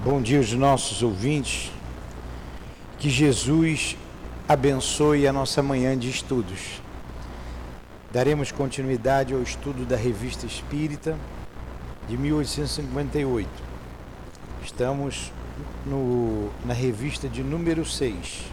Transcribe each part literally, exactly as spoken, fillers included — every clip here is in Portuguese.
Bom dia aos nossos ouvintes, que Jesus abençoe a nossa manhã de estudos. Daremos continuidade ao estudo da Revista Espírita de mil oitocentos e cinquenta e oito. Estamos no, na revista de número seis.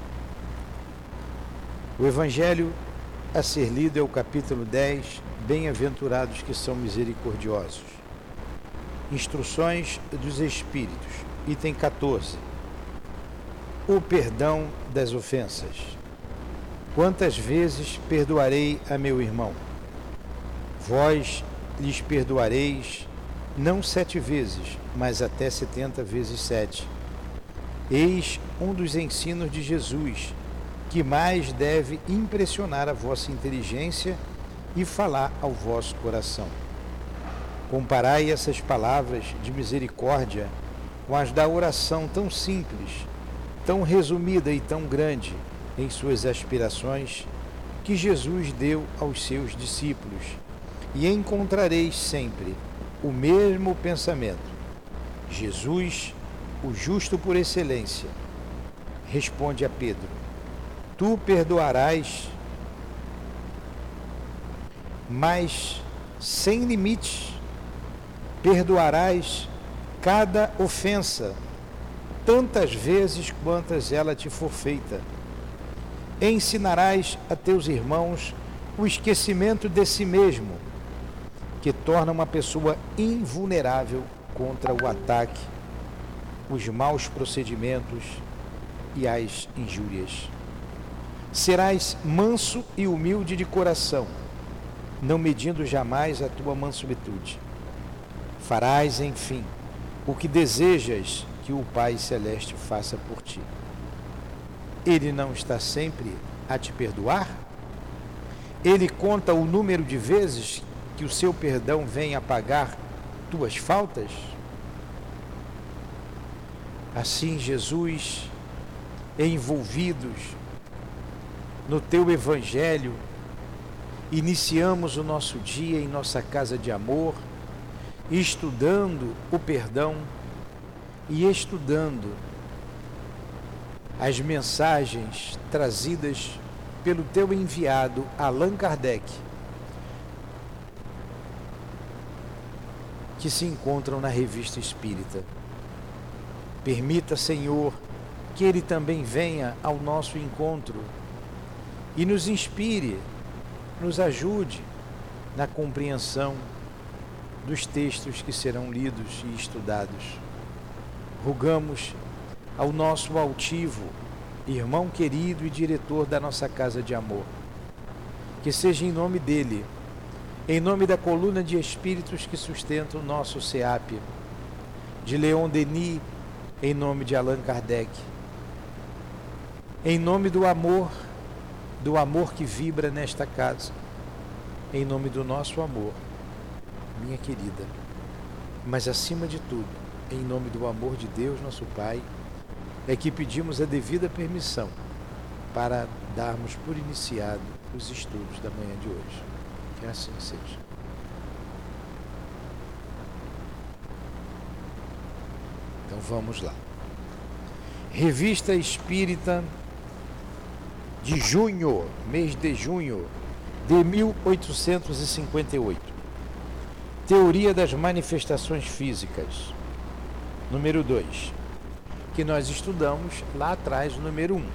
O Evangelho a ser lido é o capítulo dez, Bem-aventurados que são misericordiosos. Instruções dos Espíritos, item quatorze. O perdão das ofensas. Quantas vezes perdoarei a meu irmão? Vós lhes perdoareis, não sete vezes, mas até setenta vezes sete. Eis um dos ensinos de Jesus, que mais deve impressionar a vossa inteligência e falar ao vosso coração. Comparai essas palavras de misericórdia com as da oração tão simples, tão resumida e tão grande em suas aspirações que Jesus deu aos seus discípulos, e encontrareis sempre o mesmo pensamento. Jesus, o justo por excelência, responde a Pedro: tu perdoarás, mas sem limites. Perdoarás cada ofensa, tantas vezes quantas ela te for feita. Ensinarás a teus irmãos o esquecimento de si mesmo, que torna uma pessoa invulnerável contra o ataque, os maus procedimentos e as injúrias. Serás manso e humilde de coração, não medindo jamais a tua mansuetude. Farás, enfim, o que desejas que o Pai Celeste faça por ti. Ele não está sempre a te perdoar? Ele conta o número de vezes que o seu perdão vem apagar tuas faltas? Assim, Jesus, envolvidos no teu Evangelho, iniciamos o nosso dia em nossa casa de amor, estudando o perdão e estudando as mensagens trazidas pelo teu enviado Allan Kardec, que se encontram na Revista Espírita. Permita, Senhor, que ele também venha ao nosso encontro e nos inspire, nos ajude na compreensão dos textos que serão lidos e estudados. Rogamos ao nosso altivo, irmão querido e diretor da nossa casa de amor, que seja em nome dele, em nome da coluna de espíritos que sustenta o nosso SEAP, de Leon Denis, em nome de Allan Kardec, em nome do amor, do amor que vibra nesta casa, em nome do nosso amor, minha querida, mas acima de tudo, em nome do amor de Deus, nosso Pai, é que pedimos a devida permissão para darmos por iniciado os estudos da manhã de hoje. Que assim seja. Então vamos lá. Revista Espírita de junho, mês de junho de mil oitocentos e cinquenta e oito. Teoria das manifestações físicas, número dois, que nós estudamos lá atrás, número um.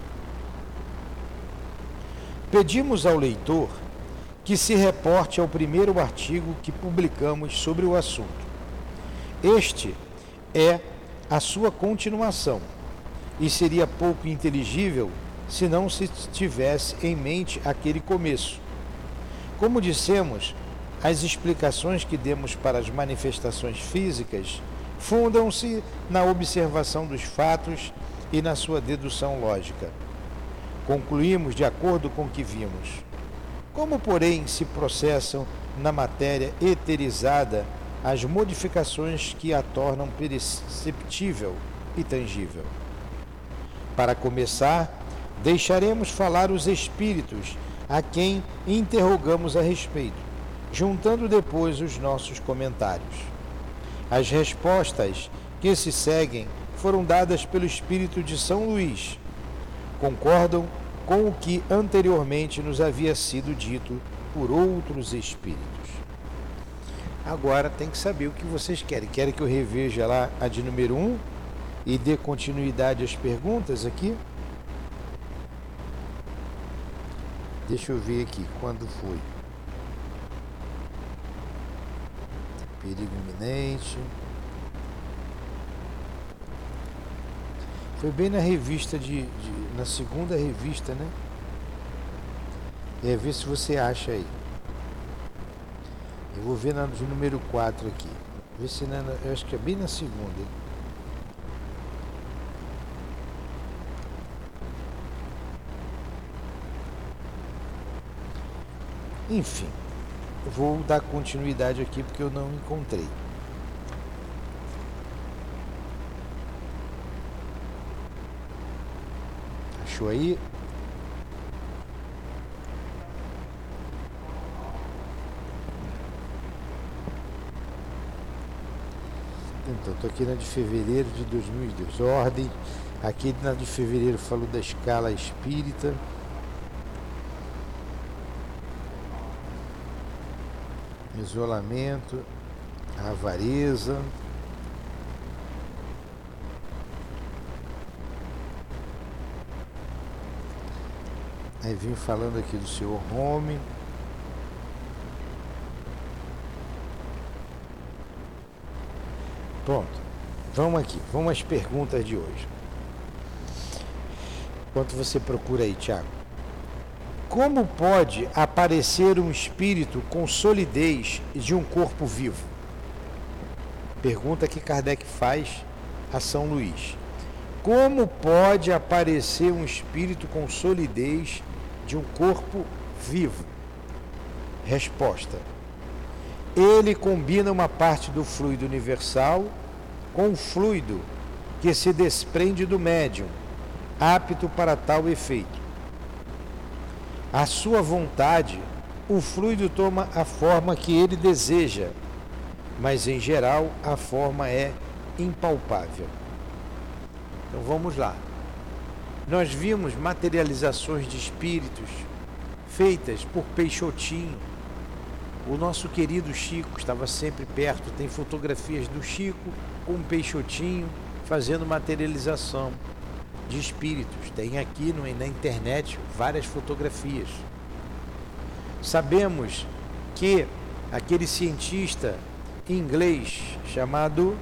Pedimos ao leitor que se reporte ao primeiro artigo que publicamos sobre o assunto. Este é a sua continuação e seria pouco inteligível se não se tivesse em mente aquele começo. Como dissemos, as explicações que demos para as manifestações físicas fundam-se na observação dos fatos e na sua dedução lógica. Concluímos de acordo com o que vimos. Como, porém, se processam na matéria eterizada as modificações que a tornam perceptível e tangível? Para começar, deixaremos falar os espíritos a quem interrogamos a respeito, juntando depois os nossos comentários. As respostas que se seguem foram dadas pelo espírito de São Luís. Concordam com o que anteriormente nos havia sido dito por outros espíritos. Agora tem que saber o que vocês querem. Querem que eu reveja lá a de número um e dê continuidade às perguntas aqui? Deixa eu ver aqui quando foi. Perigo iminente. Foi bem na revista de, de na segunda revista, né? É, vê se você acha aí. Eu vou ver na de número quatro aqui. Vê se na, eu acho que é bem na segunda. Enfim, eu vou dar continuidade aqui porque eu não encontrei. Achou aí? Então, estou aqui na de fevereiro de dois mil e dois. Ordem. Aqui na de fevereiro falou da escala espírita. Isolamento, a avareza. Aí vim falando aqui do senhor Home. Pronto. Vamos aqui. Vamos às perguntas de hoje. Enquanto você procura aí, Tiago. Como pode aparecer um espírito com solidez de um corpo vivo? Pergunta que Kardec faz a São Luís. Como pode aparecer um espírito com solidez de um corpo vivo? Resposta. Ele combina uma parte do fluido universal com o fluido que se desprende do médium, apto para tal efeito. À sua vontade, o fluido toma a forma que ele deseja, mas em geral a forma é impalpável. Então vamos lá. Nós vimos materializações de espíritos feitas por Peixotinho. O nosso querido Chico estava sempre perto, tem fotografias do Chico com o Peixotinho fazendo materialização de espíritos. Tem aqui no, na internet várias fotografias. Sabemos que aquele cientista inglês chamado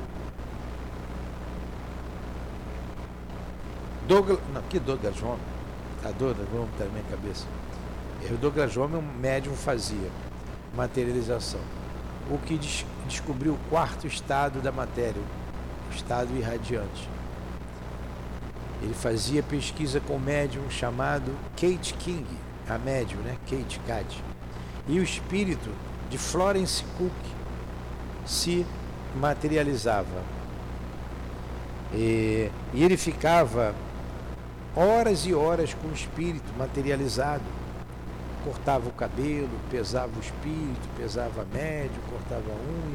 Douglas, não, que Douglas Home, a Douglas Home está na minha cabeça. O Douglas Home, um médium, fazia materialização. O que des, descobriu o quarto estado da matéria, o estado irradiante. Ele fazia pesquisa com um médium chamado Kate King, a médium, né? Kate Cad. E o espírito de Florence Cook se materializava. E, e ele ficava horas e horas com o espírito materializado. Cortava o cabelo, pesava o espírito, pesava a médium, cortava a unha.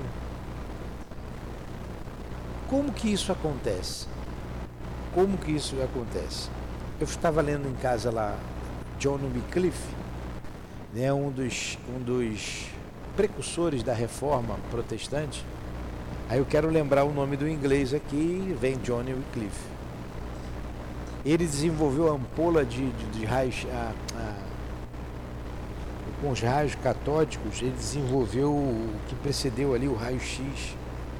Como que isso acontece? Como que isso acontece? Eu estava lendo em casa lá John Wycliffe, né, um dos, um dos precursores da reforma protestante. Aí eu quero lembrar o nome do inglês aqui, vem John Wycliffe. Ele desenvolveu a ampola de, de, de raios, a, a, com os raios catódicos, ele desenvolveu o que precedeu ali o raio-x.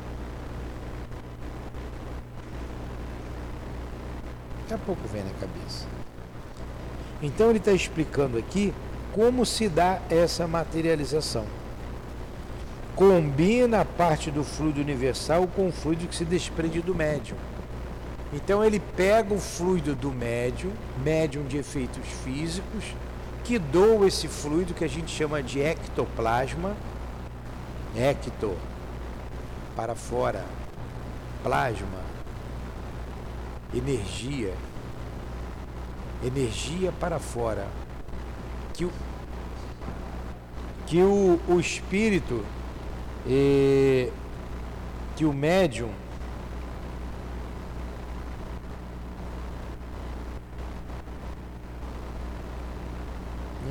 Daqui a pouco vem na cabeça. Então ele está explicando aqui como se dá essa materialização. Combina a parte do fluido universal com o fluido que se desprende do médium. Então ele pega o fluido do médium, médium de efeitos físicos, que doa esse fluido que a gente chama de ectoplasma, ecto, para fora, plasma, energia, energia para fora, que o, que o, o espírito, eh, que o médium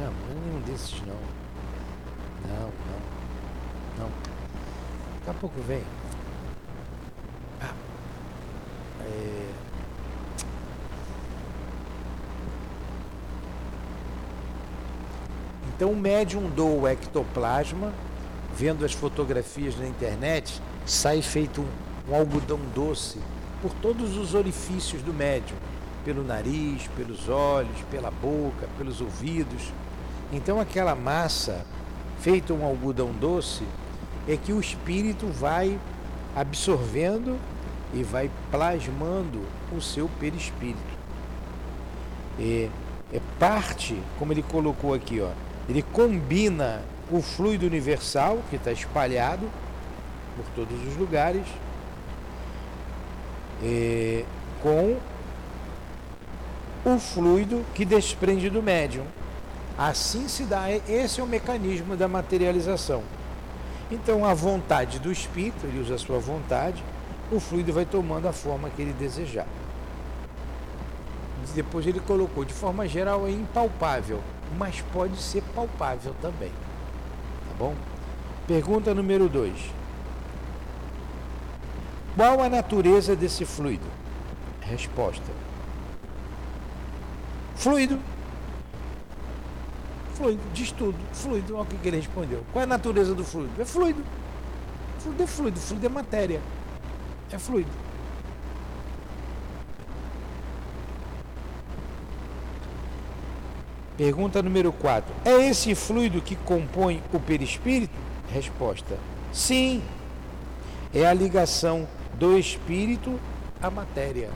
Não, não é nenhum desses não. Não, não. Não. Daqui a pouco vem. Ah. É... Então o médium doa o ectoplasma, vendo as fotografias na internet, sai feito um, um algodão doce por todos os orifícios do médium, pelo nariz, pelos olhos, pela boca, pelos ouvidos. Então aquela massa, feita um algodão doce, é que o espírito vai absorvendo e vai plasmando o seu perispírito. É, é parte, como ele colocou aqui, ó, ele combina o fluido universal, que está espalhado por todos os lugares, é, com o fluido que desprende do médium. Assim se dá, esse é o mecanismo da materialização. Então a vontade do espírito, ele usa a sua vontade, o fluido vai tomando a forma que ele desejar. Depois ele colocou, de forma geral é impalpável, mas pode ser palpável também. Tá bom? Pergunta número dois. Qual a natureza desse fluido? Resposta. Fluido. Fluido, diz tudo. Fluido, olha o que ele respondeu. Qual é a natureza do fluido? É fluido. Fluido é fluido, fluido é matéria. É fluido. Pergunta número quatro. É esse fluido que compõe o perispírito? Resposta. Sim. É a ligação do espírito à matéria.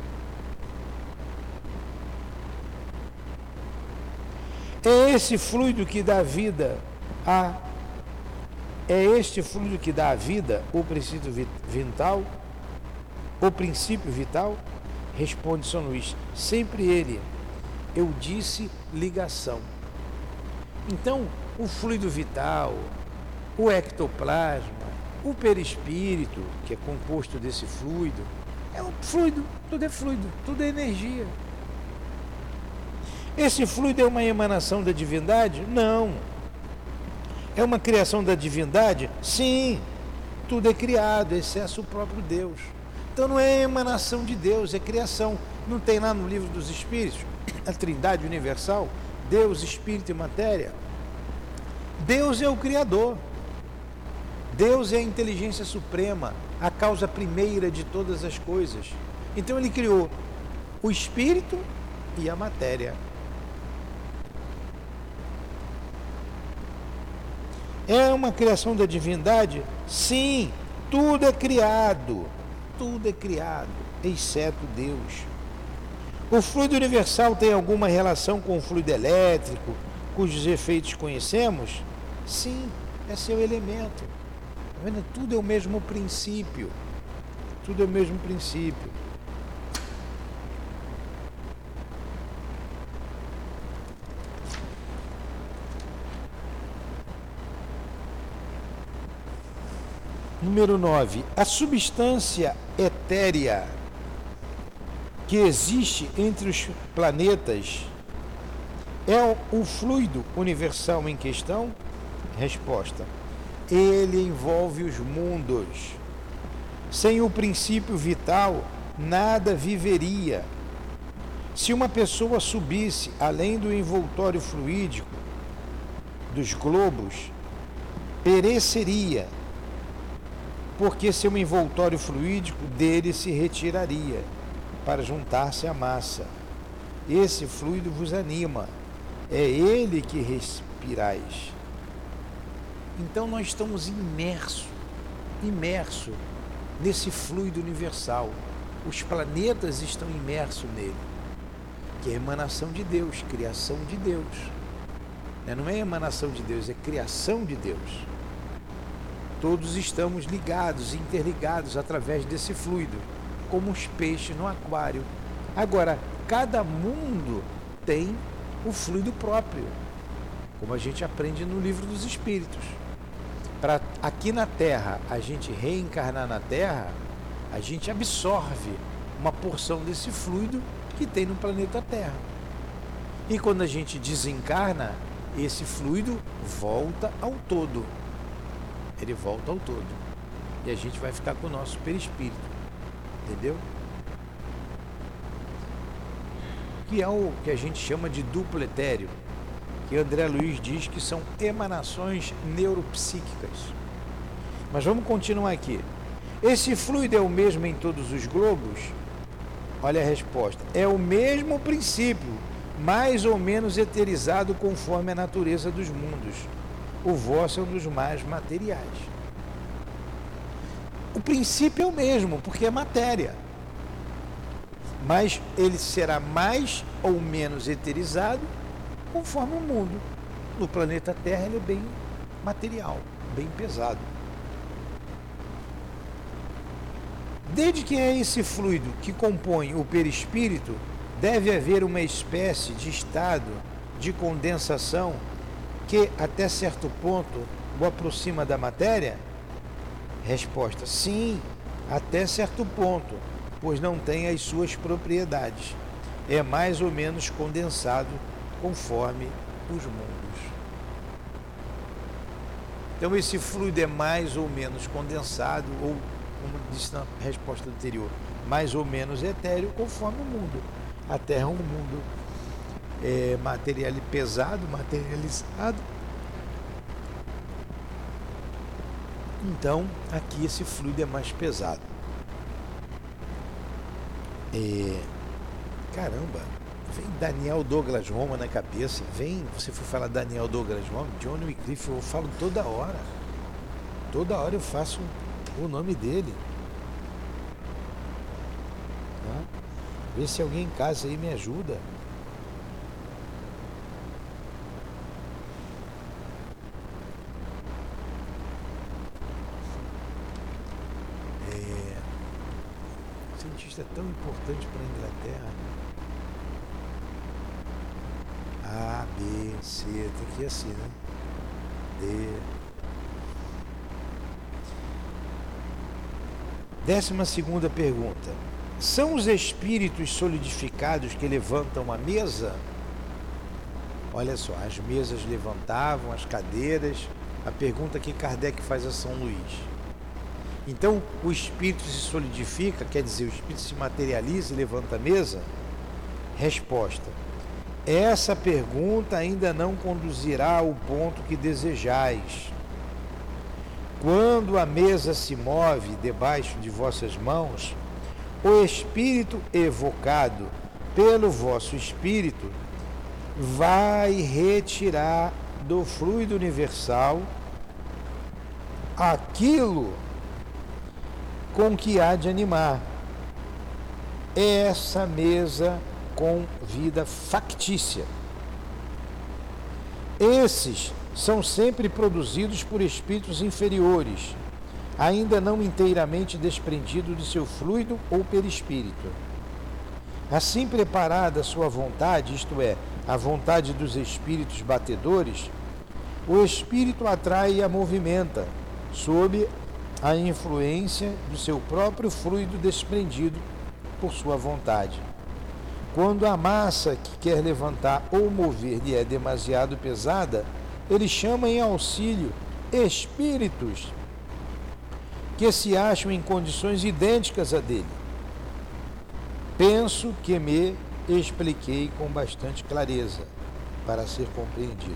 É esse fluido que dá vida a... É este fluido que dá a vida, o princípio vital? O princípio vital? Responde São Luís. Sempre ele. Eu disse ligação. Então, o fluido vital, o ectoplasma, o perispírito, que é composto desse fluido, é um fluido, tudo é fluido, tudo é energia. Esse fluido é uma emanação da divindade? Não. É uma criação da divindade? Sim. Tudo é criado, exceto o próprio Deus. Então não é emanação de Deus, é criação. Não tem lá no livro dos Espíritos a Trindade Universal, Deus, Espírito e Matéria? Deus é o Criador. Deus é a inteligência suprema, a causa primeira de todas as coisas. Então ele criou o Espírito e a matéria. É uma criação da divindade? Sim, tudo é criado. Tudo é criado, exceto Deus. O fluido universal tem alguma relação com o fluido elétrico, cujos efeitos conhecemos? Sim, é seu elemento. Tá vendo? Tudo é o mesmo princípio. Tudo é o mesmo princípio. Número nove. A substância etérea que existe entre os planetas é o fluido universal em questão? Resposta. Ele envolve os mundos. Sem o princípio vital, nada viveria. Se uma pessoa subisse além do envoltório fluídico dos globos, pereceria, porque seu envoltório fluídico dele se retiraria para juntar-se à massa. Esse fluido vos anima, é ele que respirais. Então nós estamos imersos, imersos nesse fluido universal. Os planetas estão imersos nele, que é emanação de Deus, criação de Deus. Não é emanação de Deus, é criação de Deus. Todos estamos ligados, interligados através desse fluido, como os peixes no aquário. Agora, cada mundo tem o fluido próprio, como a gente aprende no Livro dos Espíritos. Para aqui na Terra, a gente reencarnar na Terra, a gente absorve uma porção desse fluido que tem no planeta Terra. E quando a gente desencarna, esse fluido volta ao todo. Ele volta ao todo. E a gente vai ficar com o nosso perispírito. Entendeu? Que é o que a gente chama de duplo etéreo, que André Luiz diz que são emanações neuropsíquicas. Mas vamos continuar aqui. Esse fluido é o mesmo em todos os globos? Olha a resposta. É o mesmo princípio, mais ou menos eterizado conforme a natureza dos mundos. O vosso é um dos mais materiais. O princípio é o mesmo, porque é matéria. Mas ele será mais ou menos eterizado conforme o mundo. No planeta Terra ele é bem material, bem pesado. Desde que é esse fluido que compõe o perispírito, deve haver uma espécie de estado de condensação que até certo ponto o aproxima da matéria? Resposta: sim, até certo ponto, pois não tem as suas propriedades. É mais ou menos condensado conforme os mundos. Então esse fluido é mais ou menos condensado, ou como disse na resposta anterior, mais ou menos etéreo conforme o mundo. A Terra é um mundo é, material pesado, materializado. Então aqui esse fluido é mais pesado. É, caramba, vem Daniel Douglas Roma na cabeça. Vem, você for falar Daniel Douglas Roma, John Wycliffe, eu falo toda hora. Toda hora eu faço o nome dele. Tá? Vê se alguém em casa aí me ajuda. É... O cientista é tão importante para a Inglaterra. A, B, C, tem que ir assim, né? D. Décima segunda pergunta. São os espíritos solidificados que levantam a mesa? Olha só, as mesas levantavam, as cadeiras. A pergunta que Kardec faz a São Luís. Então, o espírito se solidifica, quer dizer, o espírito se materializa e levanta a mesa? Resposta. Essa pergunta ainda não conduzirá ao ponto que desejais. Quando a mesa se move debaixo de vossas mãos, o espírito evocado pelo vosso espírito vai retirar do fluido universal aquilo com que há de animar essa mesa com vida factícia. Esses são sempre produzidos por espíritos inferiores, ainda não inteiramente desprendidos de seu fluido ou perispírito. Assim preparada a sua vontade, isto é, a vontade dos espíritos batedores, o espírito atrai e a movimenta, sob a influência do seu próprio fluido desprendido por sua vontade. Quando a massa que quer levantar ou mover lhe é demasiado pesada, ele chama em auxílio espíritos que se acham em condições idênticas a dele. Penso que me expliquei com bastante clareza para ser compreendido.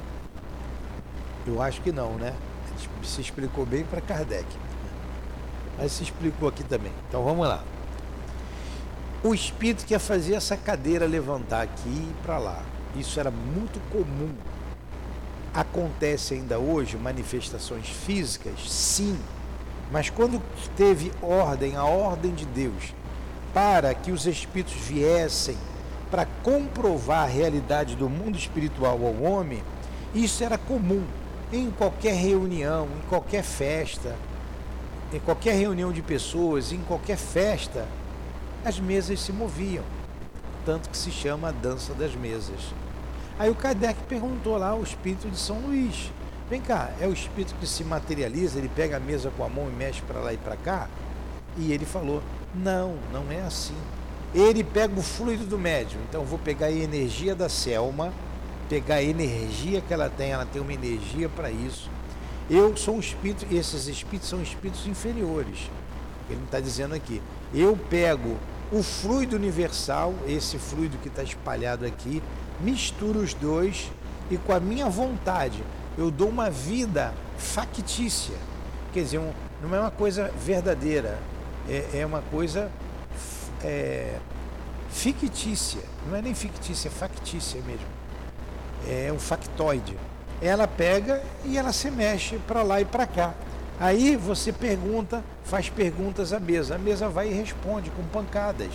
Eu acho que não, né? Se explicou bem para Kardec, mas se explicou aqui também. Então vamos lá. O espírito quer fazer essa cadeira levantar aqui e para lá. Isso era muito comum. Acontece ainda hoje manifestações físicas? Sim. Mas quando teve ordem, a ordem de Deus, para que os espíritos viessem para comprovar a realidade do mundo espiritual ao homem, isso era comum. Em qualquer reunião, em qualquer festa, em qualquer reunião de pessoas, em qualquer festa, as mesas se moviam, tanto que se chama a dança das mesas. Aí o Kardec perguntou lá ao espírito de São Luís, vem cá, é o espírito que se materializa, ele pega a mesa com a mão e mexe para lá e para cá? E ele falou, não, não é assim. Ele pega o fluido do médium, então eu vou pegar a energia da Selma, pegar a energia que ela tem, ela tem uma energia para isso. Eu sou um espírito, e esses espíritos são espíritos inferiores. Ele está dizendo aqui. Eu pego o fluido universal, esse fluido que está espalhado aqui, misturo os dois e com a minha vontade eu dou uma vida factícia. Quer dizer, um, não é uma coisa verdadeira, é, é uma coisa é, fictícia. Não é nem fictícia, é factícia mesmo. É um factoide. Ela pega e ela se mexe para lá e para cá. Aí você pergunta, faz perguntas à mesa. A mesa vai e responde com pancadas,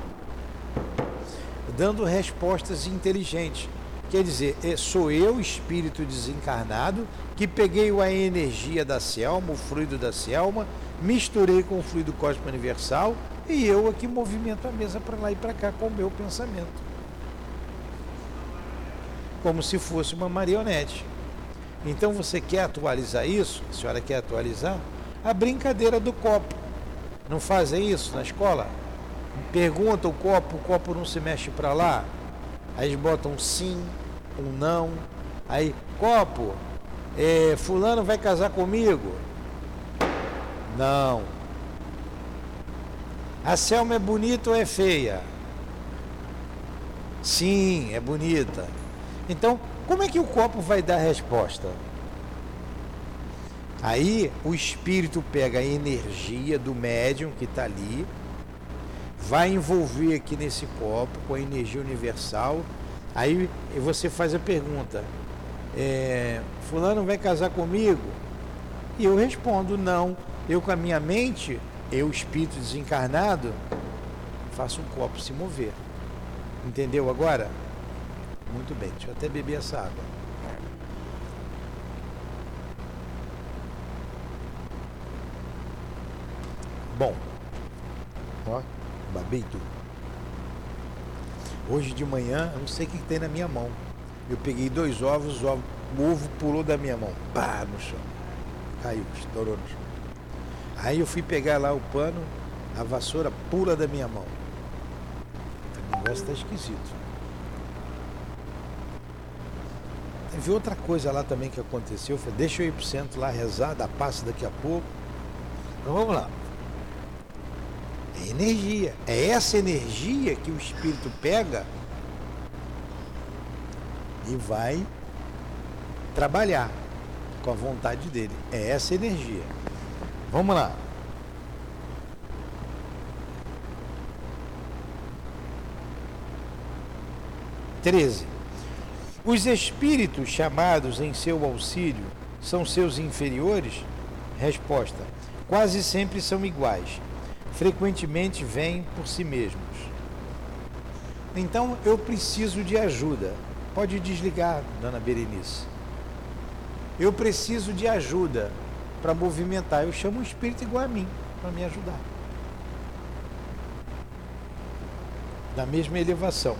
dando respostas inteligentes. Quer dizer, sou eu, espírito desencarnado, que peguei a energia da Selma, o fluido da Selma, misturei com o fluido cósmico universal e eu aqui movimento a mesa para lá e para cá com o meu pensamento. Como se fosse uma marionete. Então você quer atualizar isso? A senhora quer atualizar? A brincadeira do copo. Não fazem isso na escola? Pergunta o copo, o copo não se mexe para lá? Aí eles botam um sim, um não. Aí, copo, é, fulano vai casar comigo? Não. A Selma é bonita ou é feia? Sim, é bonita. Então, como é que o copo vai dar a resposta? Aí o espírito pega a energia do médium que está ali, vai envolver aqui nesse copo com a energia universal. Aí você faz a pergunta, é, fulano vai casar comigo? E eu respondo, não. Eu com a minha mente, eu espírito desencarnado, faço o copo se mover. Entendeu agora? Muito bem, deixa eu até beber essa água. Bom, ó, babei tudo. Hoje de manhã, eu não sei o que tem na minha mão. Eu peguei dois ovos, o ovo, o ovo pulou da minha mão, pá, no chão. Caiu, estourou no chão. Aí eu fui pegar lá o pano, a vassoura pula da minha mão. O negócio está esquisito. Teve outra coisa lá também que aconteceu. Eu falei, deixa eu ir pro centro lá rezar, dar passe daqui a pouco. Então vamos lá. É energia. É essa energia que o espírito pega e vai trabalhar com a vontade dele. É essa energia. Vamos lá. treze. Os espíritos chamados em seu auxílio são seus inferiores? Resposta: quase sempre são iguais. Frequentemente vêm por si mesmos. Então eu preciso de ajuda. Pode desligar, dona Berenice. Eu preciso de ajuda para movimentar. Eu chamo um espírito igual a mim para me ajudar. Da mesma elevação.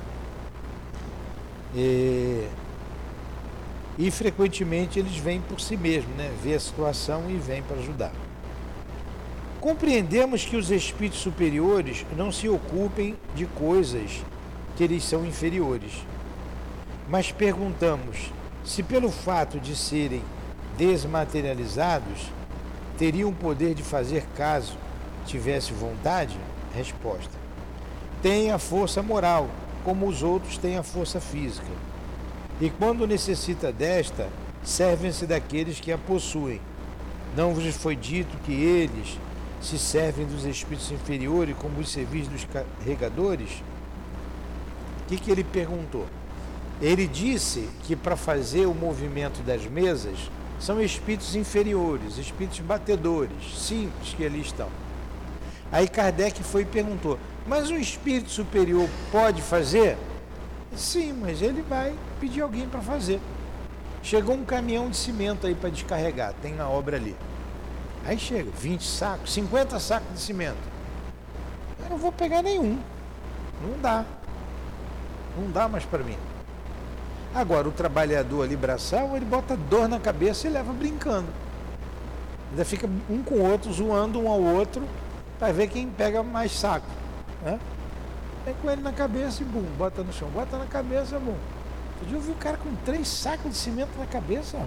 E, e frequentemente eles vêm por si mesmos, né? Vê a situação e vêm para ajudar. Compreendemos que os espíritos superiores não se ocupem de coisas que eles são inferiores. Mas perguntamos se pelo fato de serem desmaterializados, teriam o poder de fazer caso tivesse vontade? Resposta: tem a força moral, como os outros têm a força física. E quando necessita desta, servem-se daqueles que a possuem. Não vos foi dito que eles se servem dos espíritos inferiores como os servis dos carregadores? O que, que ele perguntou? Ele disse que para fazer o movimento das mesas são espíritos inferiores, espíritos batedores, simples que ali estão. Aí Kardec foi e perguntou, mas um espírito superior pode fazer? Sim, mas ele vai pedir alguém para fazer. Chegou um caminhão de cimento aí para descarregar, tem na obra ali. Aí chega, vinte sacos, cinquenta sacos de cimento. Eu não vou pegar nenhum. Não dá. Não dá mais para mim. Agora, o trabalhador ali braçal, ele bota dor na cabeça e leva brincando. Ainda fica um com o outro, zoando um ao outro, para ver quem pega mais saco. Né? Vem com ele na cabeça e bum, bota no chão. Bota na cabeça, bum. Podia ouvir o cara com três sacos de cimento na cabeça.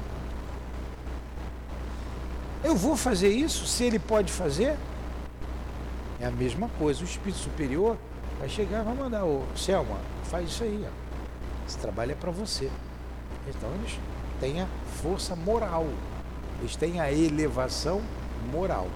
Eu vou fazer isso se ele pode fazer? É a mesma coisa. O espírito superior vai chegar e vai mandar: ô Selma, faz isso aí. Ó. Esse trabalho é para você. Então eles têm a força moral. Eles têm a elevação moral.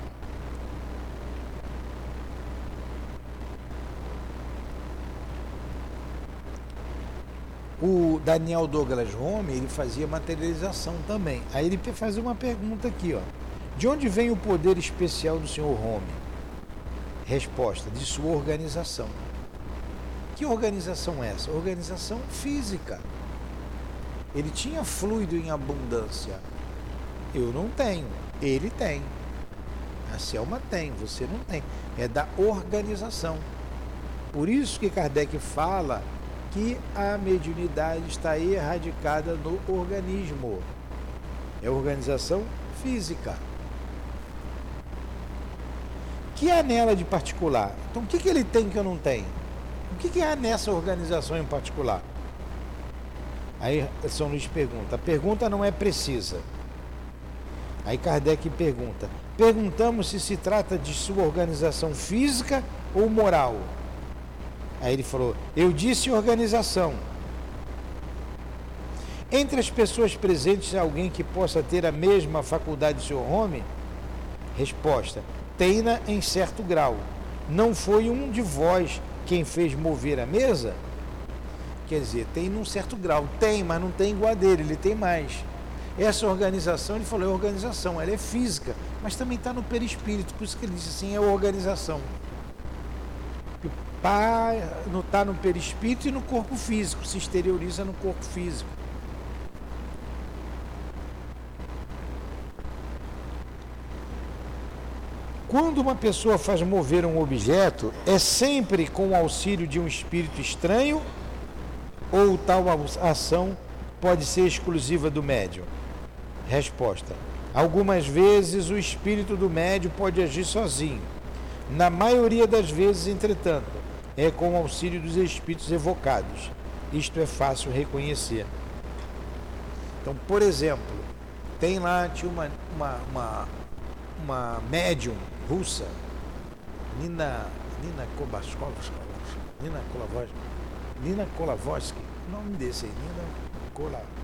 O Daniel Douglas Home, ele fazia materialização também. Aí ele faz uma pergunta aqui, ó. De onde vem o poder especial do senhor Home? Resposta: de sua organização. Que organização é essa? Organização física. Ele tinha fluido em abundância. Eu não tenho. Ele tem. A Selma tem, você não tem. É da organização. Por isso que Kardec fala que a mediunidade está erradicada no organismo. É organização física. O que há nela de particular? Então, o que, que ele tem que eu não tenho? O que, que há nessa organização em particular? Aí São Luís pergunta. A pergunta não é precisa. Aí Kardec pergunta. Perguntamos se se trata de sua organização física ou moral. Aí ele falou: eu disse organização. Entre as pessoas presentes, há alguém que possa ter a mesma faculdade do senhor Home? Resposta: tem-na em certo grau. Não foi um de vós quem fez mover a mesa? Quer dizer, tem num certo grau. Tem, mas não tem igual a dele, ele tem mais. Essa organização, ele falou, é organização, ela é física, mas também está no perispírito, por isso que ele disse assim, é organização. Está no perispírito e no corpo físico, se exterioriza no corpo físico. Quando uma pessoa faz mover um objeto, é sempre com o auxílio de um espírito estranho ou tal ação pode ser exclusiva do médium? Resposta: algumas vezes o espírito do médium pode agir sozinho. Na maioria das vezes, entretanto, é com o auxílio dos espíritos evocados. Isto é fácil reconhecer. Então, por exemplo, tem lá, tinha uma, uma, uma, uma médium russa, Nina, Nina Kolabovsky, Nina Kolabovsky, Nina Kolabovsky, o nome desse aí, Nina Kolabovsky.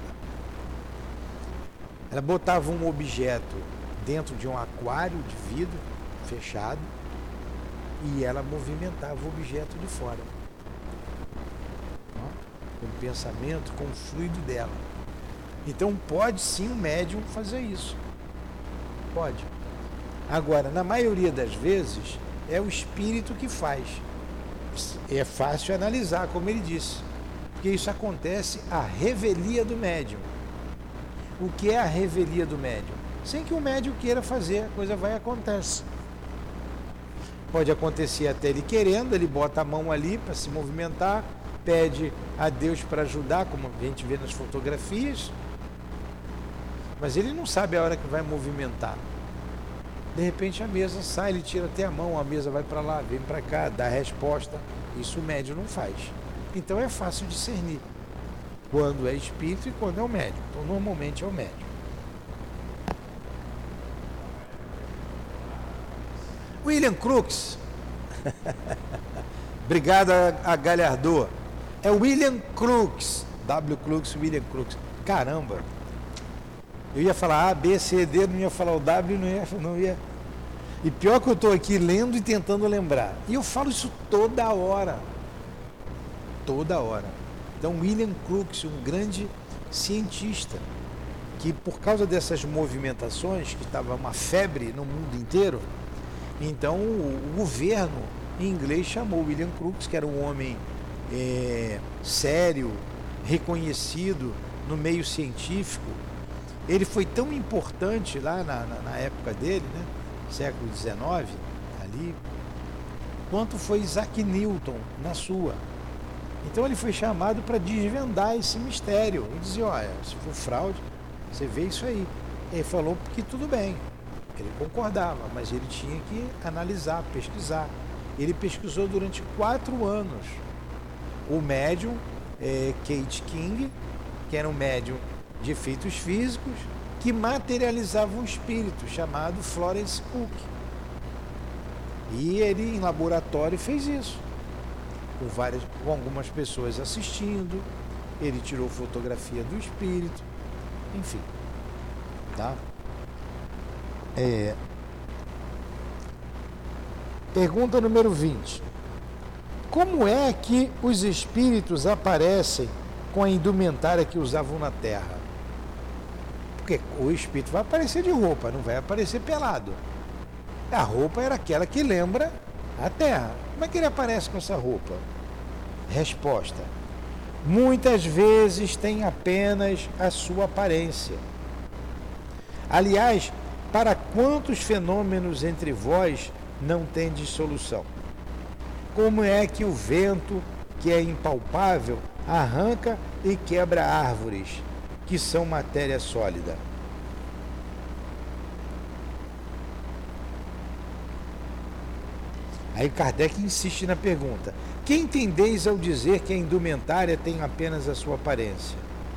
Ela botava um objeto dentro de um aquário de vidro fechado e ela movimentava o objeto de fora. Ó, com o pensamento, com o fluido dela. Então pode sim o médium fazer isso. Pode. Agora, na maioria das vezes, é o espírito que faz. É fácil analisar, como ele disse. Porque isso acontece à revelia do médium. O que é a revelia do médium? Sem que o médium queira fazer, a coisa vai e acontece. Pode acontecer até ele querendo, ele bota a mão ali para se movimentar, pede a Deus para ajudar, como a gente vê nas fotografias, mas ele não sabe a hora que vai movimentar. De repente a mesa sai, ele tira até a mão, a mesa vai para lá, vem para cá, dá a resposta. Isso o médium não faz. Então é fácil discernir quando é espírito e quando é o médium. Então normalmente é o médium. William Crookes. Obrigado a, a Galhardo. É William Crookes. W. Crookes, William Crookes. Caramba. Eu ia falar A, B, C, D, não ia falar o W, não ia... Não ia... E pior que eu estou aqui lendo e tentando lembrar. E eu falo isso toda hora. Toda hora. Então, William Crookes, um grande cientista, que por causa dessas movimentações, que estava uma febre no mundo inteiro, então o, o governo em inglês chamou William Crookes, que era um homem é, sério, reconhecido no meio científico. Ele foi tão importante lá na, na, na época dele, né, século dezenove, ali, quanto foi Isaac Newton na sua. Então ele foi chamado para desvendar esse mistério. Ele dizia, olha, se for fraude, você vê isso aí. Ele falou que tudo bem, ele concordava, mas ele tinha que analisar, pesquisar. Ele pesquisou durante quatro anos. O médium é, Kate King que era um médium de efeitos físicos, que materializava um espírito chamado Florence Cook. E ele, em laboratório, fez isso, com, várias, com algumas pessoas assistindo. Ele tirou fotografia do espírito, enfim. Tá? É... Pergunta número vinte. Como é que os espíritos aparecem com a indumentária que usavam na Terra? Porque o espírito vai aparecer de roupa, não vai aparecer pelado. A roupa era aquela que lembra a Terra. Como é que ele aparece com essa roupa? Resposta: muitas vezes tem apenas a sua aparência. Aliás, para quantos fenômenos entre vós não tendes solução? Como é que o vento, que é impalpável, arranca e quebra árvores, que são matéria sólida? Aí Kardec insiste na pergunta: que entendeis ao dizer que a indumentária tem apenas a sua aparência?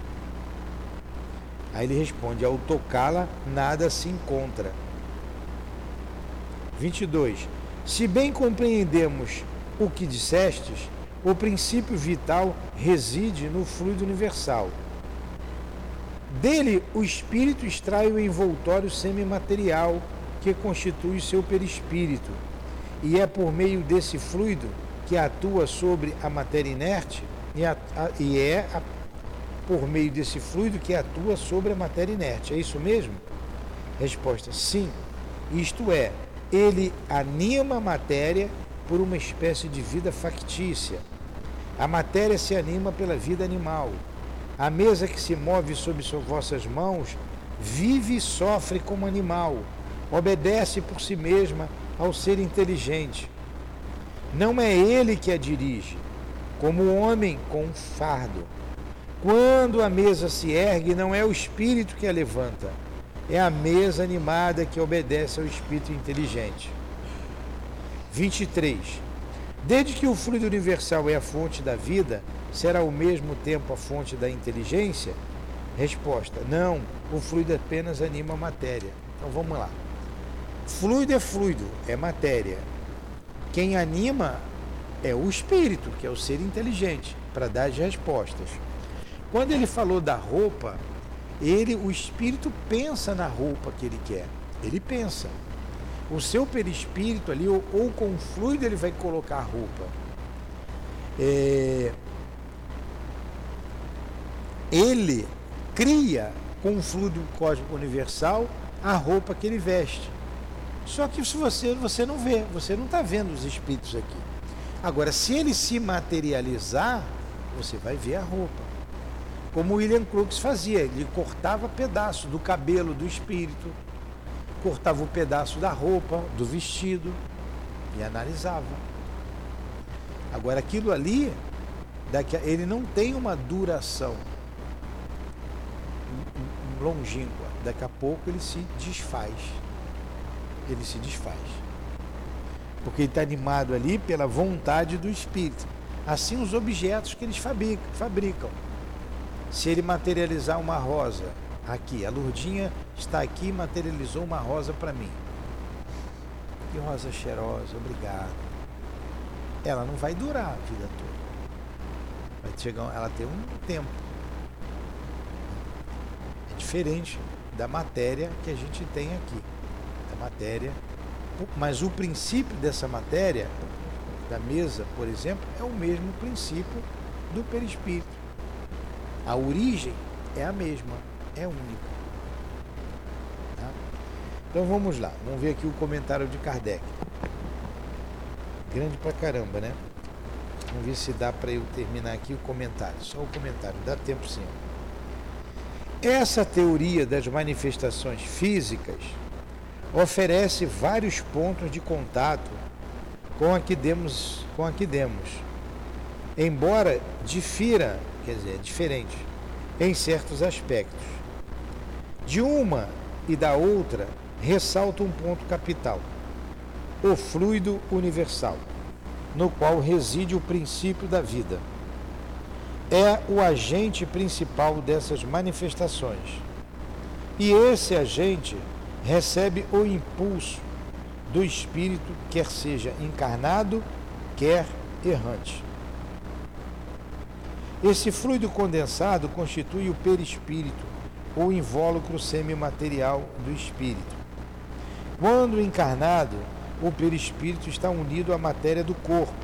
Aí ele responde: ao tocá-la, nada se encontra. vinte e dois. Se bem compreendemos o que dissestes, o princípio vital reside no fluido universal. Dele, o espírito extrai o envoltório semimaterial que constitui o seu perispírito, e é por meio desse fluido que atua sobre a matéria inerte, e, a, a, e é a, por meio desse fluido que atua sobre a matéria inerte. É isso mesmo? Resposta: sim. Isto é, ele anima a matéria por uma espécie de vida factícia. A matéria se anima pela vida animal. A mesa que se move sob suas vossas mãos vive e sofre como animal, obedece por si mesma ao ser inteligente. Não é ele que a dirige, como o homem com um fardo. Quando a mesa se ergue, não é o espírito que a levanta, é a mesa animada que obedece ao espírito inteligente. vinte e três. Desde que o fluido universal é a fonte da vida, será ao mesmo tempo a fonte da inteligência? Resposta: não, o fluido apenas anima a matéria. Então vamos lá. Fluido é fluido, é matéria. Quem anima é o espírito, que é o ser inteligente, para dar as respostas. Quando ele falou da roupa, ele, o espírito pensa na roupa que ele quer. Ele pensa. O seu perispírito ali, ou, ou com fluido, ele vai colocar a roupa. É... Ele cria com o fluido cósmico universal a roupa que ele veste. Só que se você, você não vê, você não está vendo os espíritos aqui. Agora, se ele se materializar, você vai ver a roupa. Como William Crookes fazia, ele cortava pedaço do cabelo do espírito, cortava o pedaço da roupa, do vestido e analisava. Agora, aquilo ali, daqui a, ele não tem uma duração longínqua. Daqui a pouco ele se desfaz. Ele se desfaz. Porque ele está animado ali pela vontade do espírito. Assim os objetos que eles fabricam. fabricam. Se ele materializar uma rosa, aqui, a Lourdinha está aqui e materializou uma rosa para mim. Que rosa cheirosa, obrigado. Ela não vai durar a vida toda. Vai chegar, ela tem um tempo. É diferente da matéria que a gente tem aqui. Da matéria. Mas o princípio dessa matéria, da mesa, por exemplo, é o mesmo princípio do perispírito. A origem é a mesma, é única. Tá? Então vamos lá, vamos ver aqui o comentário de Kardec. Grande pra caramba, né? Vamos ver se dá para eu terminar aqui o comentário. Só o comentário, dá tempo sim. Essa teoria das manifestações físicas oferece vários pontos de contato com a que demos, com a que demos. Embora difira, quer dizer, é diferente, em certos aspectos. De uma e da outra, ressalta um ponto capital: o fluido universal, no qual reside o princípio da vida. é o agente principal dessas manifestações. E esse agente recebe o impulso do espírito, quer seja encarnado, quer errante. Esse fluido condensado constitui o perispírito, ou invólucro semimaterial do espírito. Quando encarnado, o perispírito está unido à matéria do corpo.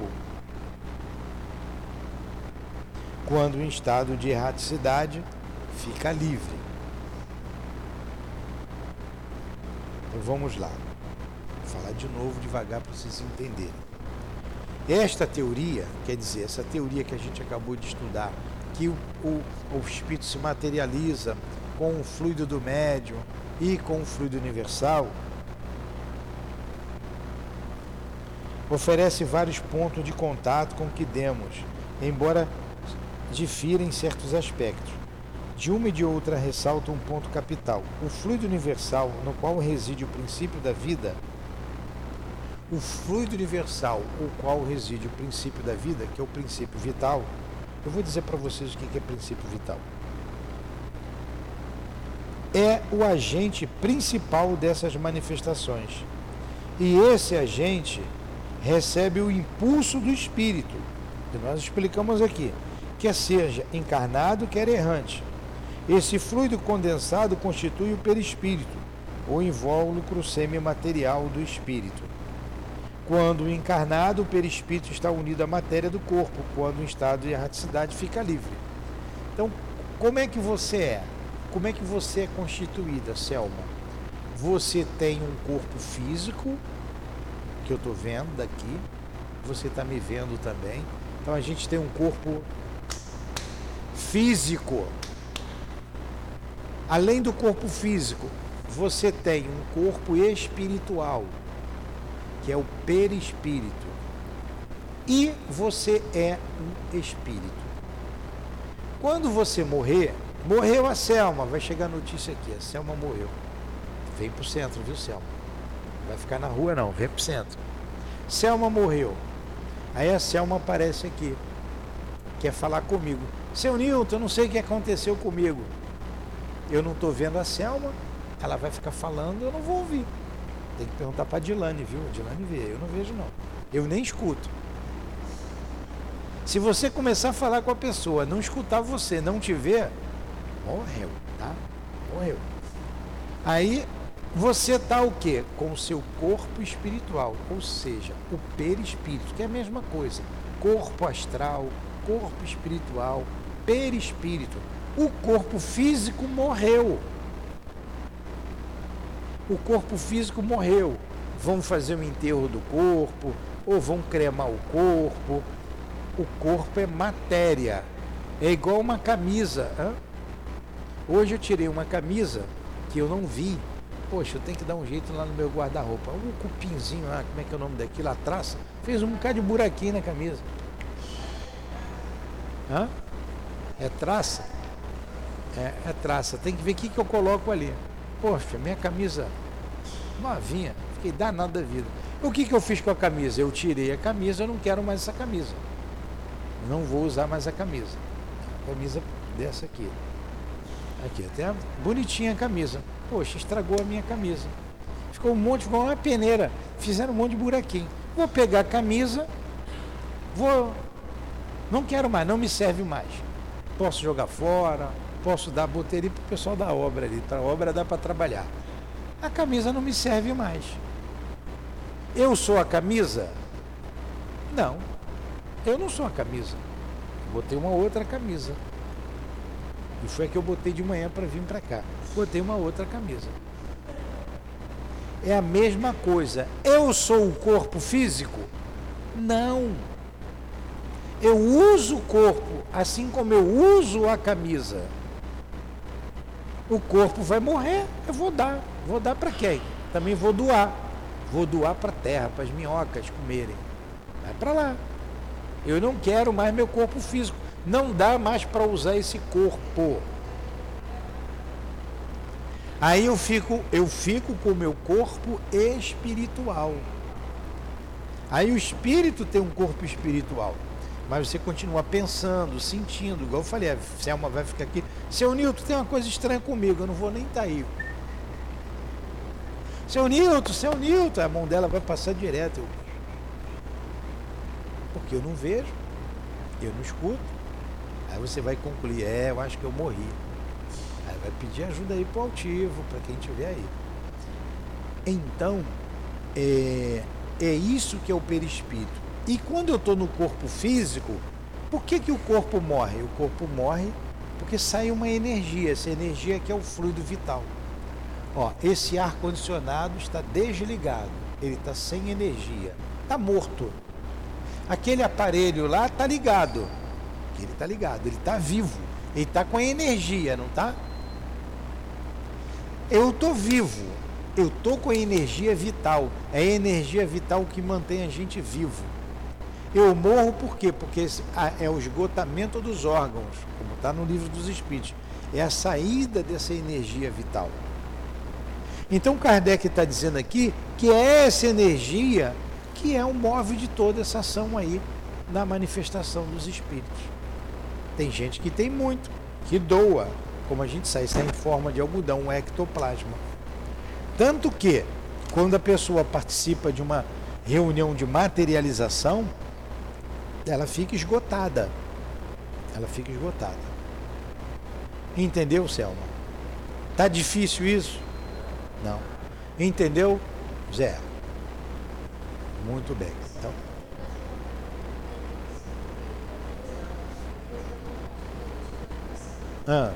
Quando em estado de erraticidade, fica livre. Então vamos lá. Vou falar de novo devagar para vocês entenderem. Esta teoria, quer dizer, essa teoria que a gente acabou de estudar, que o, o, o espírito se materializa com o fluido do médium e com o fluido universal, oferece vários pontos de contato com o que demos, embora difira em certos aspectos. De uma e de outra ressalta um ponto capital. O fluido universal, no qual reside o princípio da vida, o fluido universal, o qual reside o princípio da vida, que é o princípio vital. Eu vou dizer para vocês o que é princípio vital. É o agente principal dessas manifestações. E esse agente recebe o impulso do espírito, que nós explicamos aqui, quer seja encarnado, quer errante. Esse fluido condensado constitui o perispírito, o invólucro semimaterial do espírito. Quando encarnado, o perispírito está unido à matéria do corpo. Quando em estado de erraticidade, fica livre. Então, como é que você é? Como é que você é constituída, Selma? Você tem um corpo físico, que eu estou vendo daqui. Você está me vendo também. Então, a gente tem um corpo físico. Além do corpo físico, você tem um corpo espiritual, que é o perispírito. E você é um espírito. Quando você morrer, morreu a Selma, vai chegar a notícia aqui, a Selma morreu. Vem pro centro, viu, Selma? Não vai ficar na rua não, vem pro centro. Selma morreu. Aí a Selma aparece aqui, quer falar comigo. Seu Nilton, eu não sei o que aconteceu comigo. Eu não estou vendo a Selma, ela vai ficar falando, eu não vou ouvir. Tem que perguntar para a Dilane, viu? A Dilane vê, eu não vejo não. Eu nem escuto. Se você começar a falar com a pessoa, não escutar você, não te ver, morreu, tá? Morreu. Aí você está o quê? Com o seu corpo espiritual, ou seja, o perispírito, que é a mesma coisa. Corpo astral, corpo espiritual, perispírito. O corpo físico morreu. O corpo físico morreu. Vão fazer o enterro do corpo, ou vão cremar o corpo. O corpo é matéria. É igual uma camisa. Hein? Hoje eu tirei uma camisa que eu não vi. Poxa, eu tenho que dar um jeito lá no meu guarda-roupa. Um cupinzinho lá, como é que é o nome daquilo? A traça. Fez um bocado de buraquinho na camisa. Hã? É traça? É, é traça. Tem que ver o que, que eu coloco ali. Poxa, minha camisa novinha. Fiquei danado da vida. O que, que eu fiz com a camisa? Eu tirei a camisa, eu não quero mais essa camisa. Não vou usar mais a camisa. A camisa dessa aqui. Aqui, até bonitinha a camisa. Poxa, estragou a minha camisa. Ficou um monte, ficou uma peneira. Fizeram um monte de buraquinho. Vou pegar a camisa, vou... Não quero mais, não me serve mais. Posso jogar fora, posso dar boteria para o pessoal da obra ali. Para a obra dá para trabalhar. A camisa não me serve mais. Eu sou a camisa? Não. Eu não sou a camisa. Botei uma outra camisa. E foi a que eu botei de manhã para vir para cá. Botei uma outra camisa. É a mesma coisa. Eu sou o corpo físico? Não. Eu uso o corpo, assim como eu uso a camisa. O corpo vai morrer, eu vou dar. Vou dar para quem? Também vou doar. Vou doar para a terra, para as minhocas comerem. Vai para lá. Eu não quero mais meu corpo físico. Não dá mais para usar esse corpo. Aí eu fico, eu fico com o meu corpo espiritual. Aí o espírito tem um corpo espiritual. mas você continua pensando, sentindo, igual eu falei, a Selma vai ficar aqui, seu Nilton, tem uma coisa estranha comigo, eu não vou nem estar aí. Seu Nilton, seu Nilton, a mão dela vai passar direto, eu... porque eu não vejo, eu não escuto. Aí você vai concluir, é, eu acho que eu morri. Aí vai pedir ajuda aí pro altivo, para quem estiver aí. Então, é, é isso que é o perispírito. E quando eu estou no corpo físico, por que que o corpo morre? O corpo morre porque sai uma energia, essa energia que é o fluido vital. Ó, esse ar-condicionado está desligado, ele está sem energia, está morto. Aquele aparelho lá está ligado, ele está ligado, ele está vivo, ele está com a energia, não está? Eu estou vivo, eu estou com a energia vital, é a energia vital que mantém a gente vivo. Eu morro por quê? Porque é o esgotamento dos órgãos, como está no livro dos Espíritos, é a saída dessa energia vital. Então Kardec está dizendo aqui que é essa energia que é o móvel de toda essa ação aí na manifestação dos espíritos. Tem gente que tem muito, que doa, como a gente sabe, está em forma de algodão, um ectoplasma. Tanto que, quando a pessoa participa de uma reunião de materialização, ela fica esgotada. Ela fica esgotada. Entendeu, Selma? Tá difícil isso? Não. Entendeu? Zé. Muito bem. Então. Ah.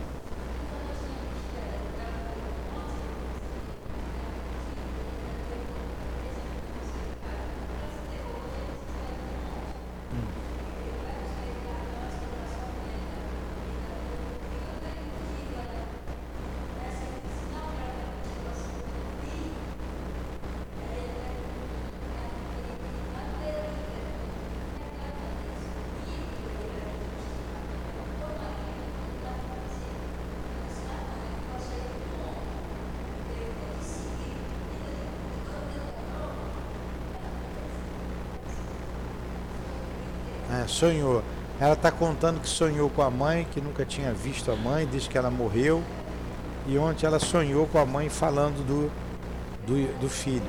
É, sonhou. Ela está contando que sonhou com a mãe, que nunca tinha visto a mãe desde que ela morreu. E ontem ela sonhou com a mãe falando do, do, do filho.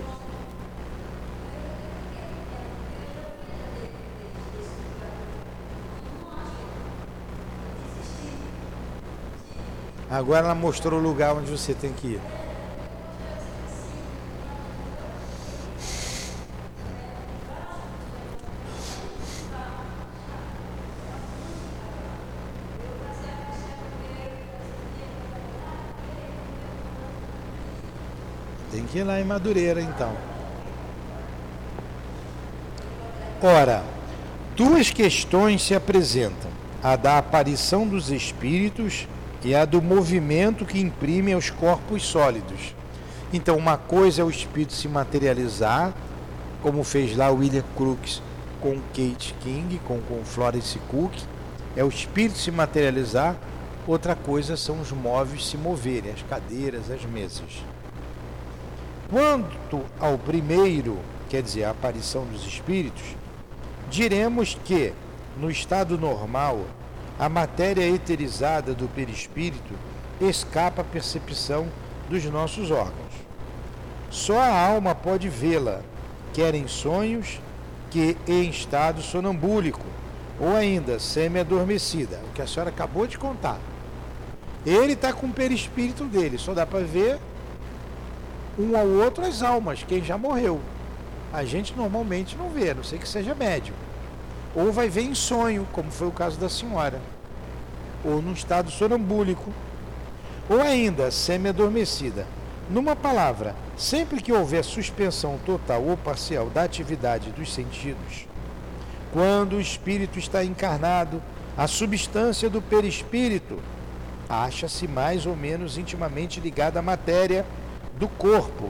Agora ela mostrou o lugar onde você tem que ir. Tem que ir lá em Madureira, então. Ora, duas questões se apresentam: a da aparição dos espíritos e a do movimento que imprime aos corpos sólidos. Então, uma coisa é o espírito se materializar, como fez lá William Crookes com Kate King, com, com Florence Cook, é o espírito se materializar. Outra coisa são os móveis se moverem, as cadeiras, as mesas. Quanto ao primeiro, quer dizer, a aparição dos espíritos, diremos que, no estado normal, a matéria eterizada do perispírito escapa à percepção dos nossos órgãos. Só a alma pode vê-la, quer em sonhos, que em estado sonambúlico, ou ainda semi-adormecida, o que a senhora acabou de contar. Ele está com o perispírito dele, só dá para ver um ao outro as almas, quem já morreu. A gente normalmente não vê, a não sei que seja médium. Ou vai ver em sonho, como foi o caso da senhora. Ou num estado sonambúlico. Ou ainda semi-adormecida. Numa palavra, sempre que houver suspensão total ou parcial da atividade dos sentidos, quando o espírito está encarnado, a substância do perispírito acha-se mais ou menos intimamente ligada à matéria do corpo,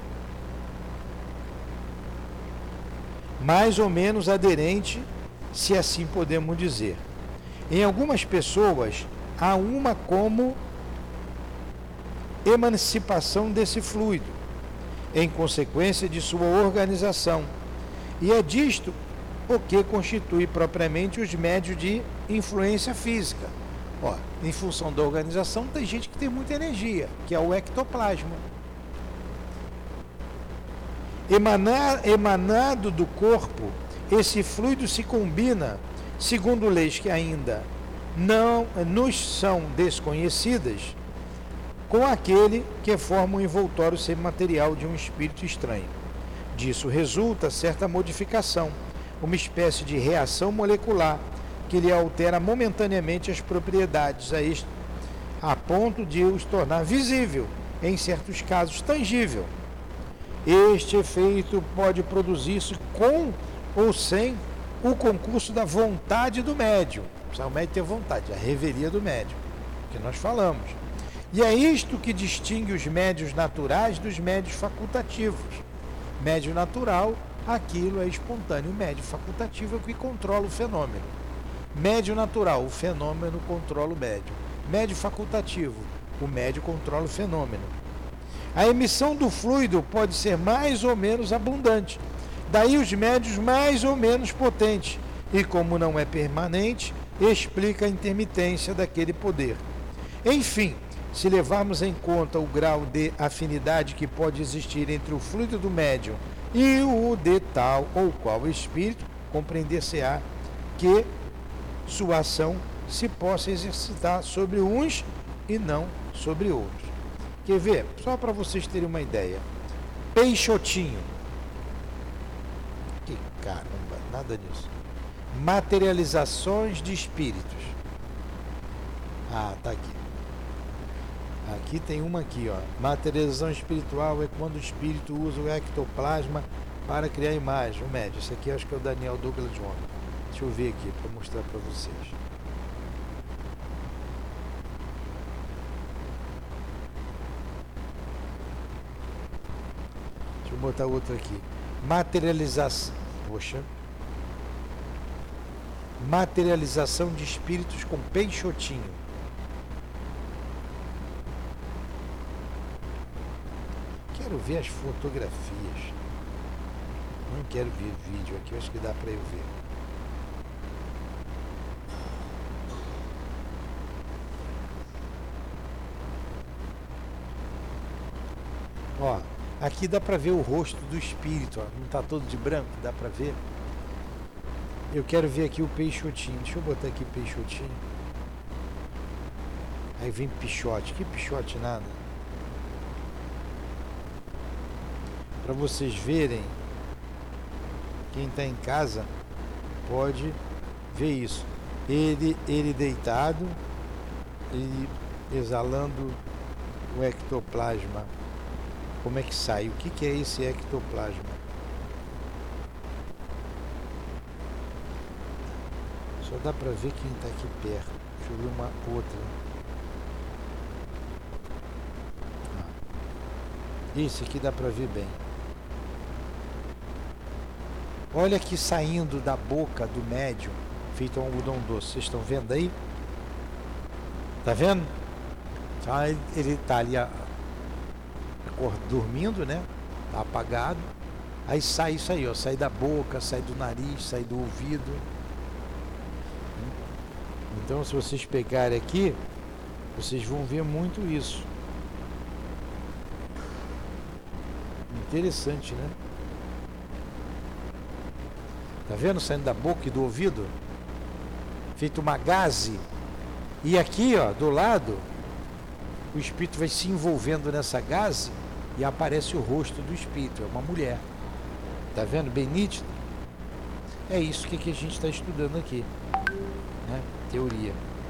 mais ou menos aderente, se assim podemos dizer. Em algumas pessoas há uma como emancipação desse fluido, em consequência de sua organização, e é disto o que constitui propriamente os médios de influência física. Ó, em função da organização, tem gente que tem muita energia, que é o ectoplasma. Emanar, emanado do corpo, esse fluido se combina, segundo leis que ainda não nos são desconhecidas, com aquele que forma o envoltório semimaterial de um espírito estranho. Disso resulta certa modificação, uma espécie de reação molecular que lhe altera momentaneamente as propriedades, a, este, a ponto de os tornar visível, em certos casos tangível. Este efeito pode produzir-se com ou sem o concurso da vontade do médium. Precisa o médium ter vontade, a revelia do médium, que nós falamos. E é isto que distingue os médiuns naturais dos médiuns facultativos. Médium natural, aquilo é espontâneo. O médium facultativo é o que controla o fenômeno. Médium natural, o fenômeno controla o médium. Médium facultativo, o médium controla o fenômeno. A emissão do fluido pode ser mais ou menos abundante. Daí os médios mais ou menos potentes. E como não é permanente, explica a intermitência daquele poder. Enfim, se levarmos em conta o grau de afinidade que pode existir entre o fluido do médium e o de tal ou qual espírito, compreender-se-á que sua ação se possa exercitar sobre uns e não sobre outros. Quer ver? Só para vocês terem uma ideia. Peixotinho. Que caramba, nada disso. Materializações de espíritos. Ah, tá aqui. Aqui tem uma aqui, ó. Materialização espiritual é quando o espírito usa o ectoplasma para criar imagem. O médio. Esse aqui acho que é o Daniel Douglas Jones. Deixa eu ver aqui para mostrar para vocês. Deixa eu botar outra aqui. Materialização. Poxa. Materialização de espíritos com peixotinho. Quero ver as fotografias. Não quero ver vídeo aqui, acho que dá para eu ver. Ó, aqui dá para ver o rosto do espírito, ó. Não está todo de branco, dá para ver. Eu quero ver aqui o peixotinho. Deixa eu botar aqui peixotinho. Aí vem pichote. Que pichote nada. Para vocês verem, quem está em casa pode ver isso. Ele, ele deitado, ele exalando o ectoplasma. Como é que sai? O que, que é esse ectoplasma? Só dá para ver quem está aqui perto. Deixa eu ver uma outra. Ah. Esse aqui dá para ver bem. Olha aqui saindo da boca do médium, feito um algodão doce. Vocês estão vendo aí? Tá vendo? Ah, ele está ali a, a, dormindo, né? Tá apagado. Aí sai isso aí, ó. Sai da boca, sai do nariz, sai do ouvido. Então, se vocês pegarem aqui, vocês vão ver muito isso. Interessante, né? Tá vendo? Saindo da boca e do ouvido. Feito uma gaze. E aqui, ó, do lado, o espírito vai se envolvendo nessa gaze e aparece o rosto do espírito. É uma mulher. Tá vendo? Bem nítido. É isso que, que a gente está estudando aqui. Né? Teoria.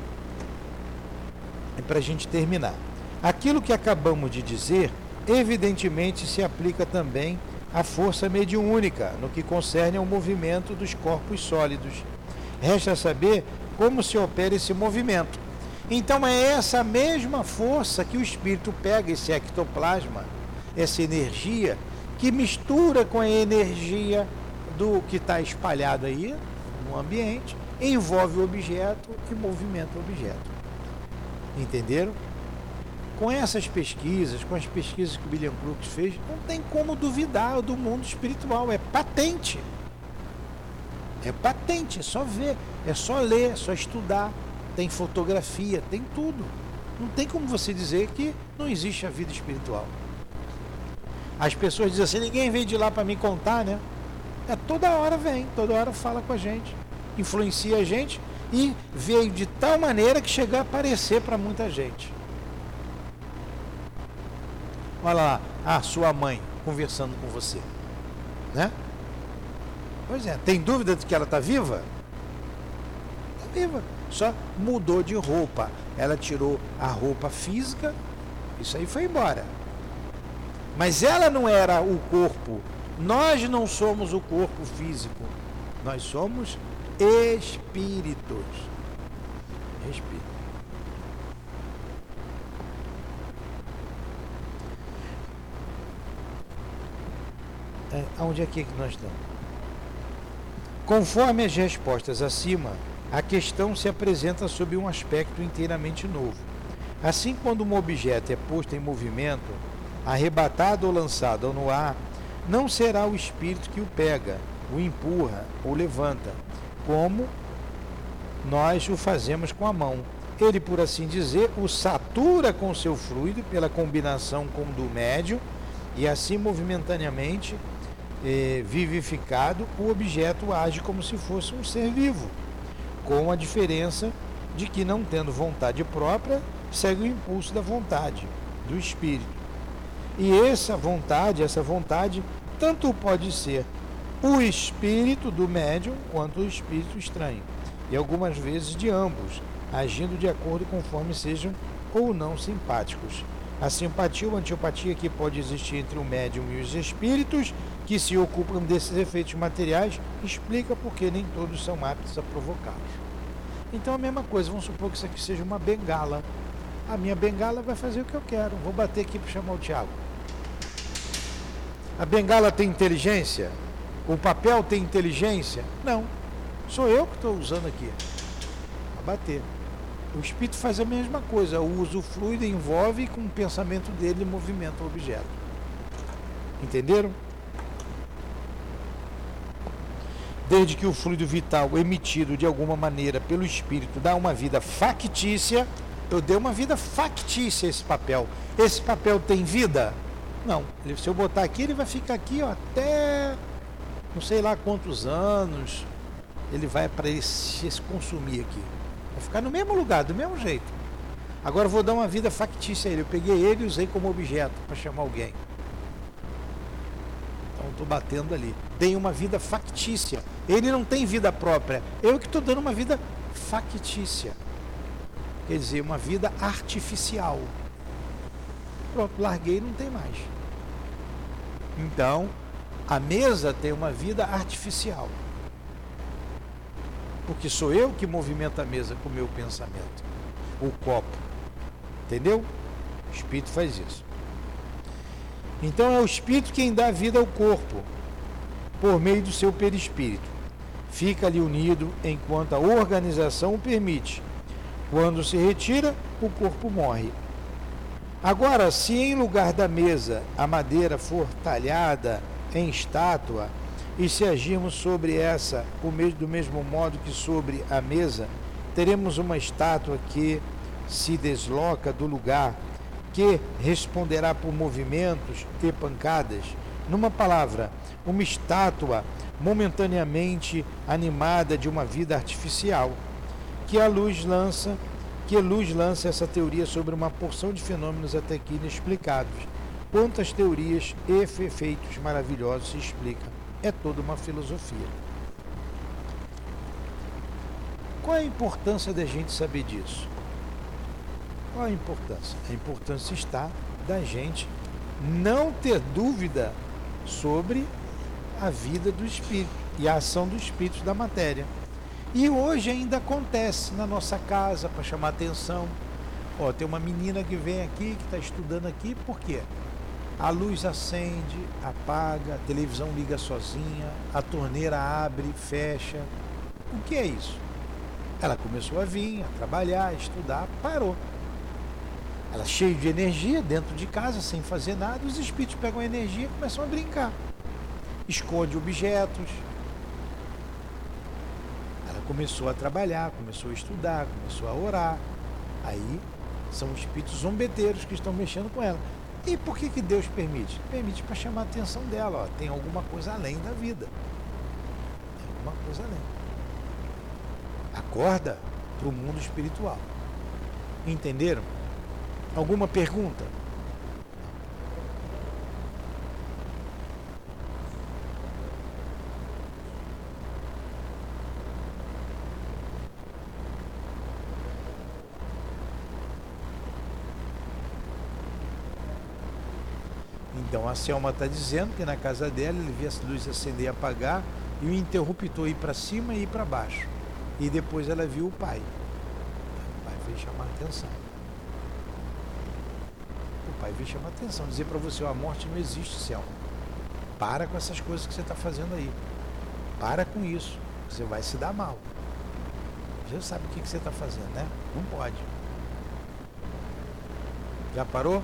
E para a gente terminar. Aquilo que acabamos de dizer, evidentemente se aplica também à força mediúnica, no que concerne ao movimento dos corpos sólidos. Resta saber como se opera esse movimento. Então é essa mesma força que o espírito pega, esse ectoplasma, essa energia, que mistura com a energia do que está espalhado aí no ambiente, envolve o objeto e movimenta o objeto. Entenderam? Com essas pesquisas, com as pesquisas que o William Crookes fez, não tem como duvidar do mundo espiritual, é patente. É patente, é só ver, é só ler, é só estudar. Tem fotografia, tem tudo. Não tem como você dizer que não existe a vida espiritual. As pessoas dizem assim, ninguém veio de lá para me contar, né? É, toda hora vem, toda hora fala com a gente, influencia a gente e veio de tal maneira que chegou a aparecer para muita gente. Olha lá, a sua mãe conversando com você, né? Pois é, tem dúvida de que ela está viva? Está viva, só mudou de roupa. Ela tirou a roupa física, isso aí foi embora. Mas ela não era o corpo. Nós não somos o corpo físico. Nós somos espíritos. Espírito. É, onde é que nós estamos? Conforme as respostas acima, a questão se apresenta sob um aspecto inteiramente novo. Assim, quando um objeto é posto em movimento, arrebatado ou lançado no ar, não será o espírito que o pega, o empurra ou levanta, como nós o fazemos com a mão. Ele, por assim dizer, o satura com seu fluido pela combinação com o do médium e assim momentaneamente eh, vivificado, o objeto age como se fosse um ser vivo, com a diferença de que, não tendo vontade própria, segue o impulso da vontade, do espírito. E essa vontade, essa vontade, tanto pode ser o espírito do médium quanto o espírito estranho, e algumas vezes de ambos, agindo de acordo conforme sejam ou não simpáticos. A simpatia ou antipatia que pode existir entre o médium e os espíritos que se ocupam desses efeitos materiais explica por que nem todos são aptos a provocá-los. Então a mesma coisa, vamos supor que isso aqui seja uma bengala. A minha bengala vai fazer o que eu quero. Vou bater aqui para chamar o Tiago. A bengala tem inteligência? O papel tem inteligência? Não. Sou eu que estou usando aqui. Para bater. O espírito faz a mesma coisa. Usa o fluido, envolve e com o pensamento dele movimenta o objeto. Entenderam? Desde que o fluido vital emitido de alguma maneira pelo espírito dá uma vida factícia, eu dei uma vida factícia a esse papel. Esse papel tem vida? Não. Ele, se eu botar aqui, ele vai ficar aqui ó, até não sei lá quantos anos. Ele vai para ele se consumir aqui. Vai ficar no mesmo lugar, do mesmo jeito. Agora eu vou dar uma vida factícia a ele. Eu peguei ele e usei como objeto para chamar alguém. Então estou batendo ali. Dei uma vida factícia. Ele não tem vida própria. Eu que estou dando uma vida factícia. Quer dizer, uma vida artificial. Pronto, larguei e não tem mais. Então, a mesa tem uma vida artificial. Porque sou eu que movimento a mesa com o meu pensamento. O copo. Entendeu? O espírito faz isso. Então é o espírito quem dá vida ao corpo, por meio do seu perispírito. Fica ali unido enquanto a organização o permite. Quando se retira, o corpo morre. Agora, se em lugar da mesa a madeira for talhada em estátua, e se agirmos sobre essa do mesmo modo que sobre a mesa, teremos uma estátua que se desloca do lugar, que responderá por movimentos e pancadas. Numa palavra, uma estátua momentaneamente animada de uma vida artificial, que a luz lança, que a luz lança essa teoria sobre uma porção de fenômenos até aqui inexplicados. Quantas teorias e efeitos maravilhosos se explicam. É toda uma filosofia. Qual é a importância da gente saber disso? Qual a importância? A importância está da gente não ter dúvida sobre a vida do espírito e a ação do espírito da matéria. E hoje ainda acontece na nossa casa, para chamar atenção. Ó, tem uma menina que vem aqui, que está estudando aqui, por quê? A luz acende, apaga, a televisão liga sozinha, a torneira abre, fecha. O que é isso? Ela começou a vir, a trabalhar, a estudar, parou. Ela cheia de energia, dentro de casa, sem fazer nada, os espíritos pegam a energia e começam a brincar. Esconde objetos. começou a trabalhar, começou a estudar, começou a orar. Aí são os espíritos zombeteiros que estão mexendo com ela. E por que que Deus permite? Permite para chamar a atenção dela. Ó, tem alguma coisa além da vida. Tem alguma coisa além. Acorda para o mundo espiritual. Entenderam? Alguma pergunta? Então a Selma está dizendo que na casa dela ele via a luz acender e apagar e o interruptor ir para cima e ir para baixo. E depois ela viu o pai. O pai veio chamar a atenção. O pai veio chamar a atenção, dizer para você, ó, a morte não existe, Selma. Para com essas coisas que você está fazendo aí. Para com isso. Você vai se dar mal. Já sabe o que, que você está fazendo, né? Não pode. Já parou?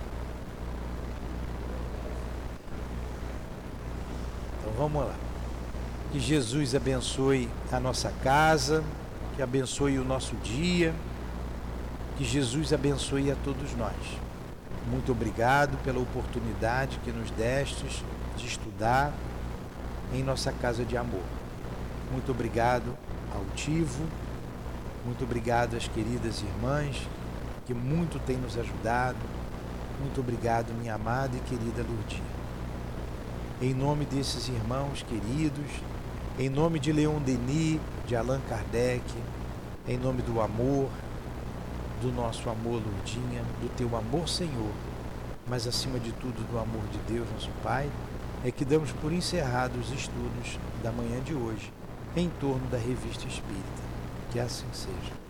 Então vamos lá. Que Jesus abençoe a nossa casa, que abençoe o nosso dia, que Jesus abençoe a todos nós. Muito obrigado pela oportunidade que nos destes de estudar em nossa casa de amor. Muito obrigado ao Tivo, muito obrigado às queridas irmãs que muito têm nos ajudado. Muito obrigado, minha amada e querida Lourdinha. Em nome desses irmãos queridos, em nome de Leon Denis, de Allan Kardec, em nome do amor, do nosso amor, Lourdinha, do teu amor, Senhor, mas acima de tudo do amor de Deus, nosso Pai, é que damos por encerrados os estudos da manhã de hoje em torno da Revista Espírita. Que assim seja.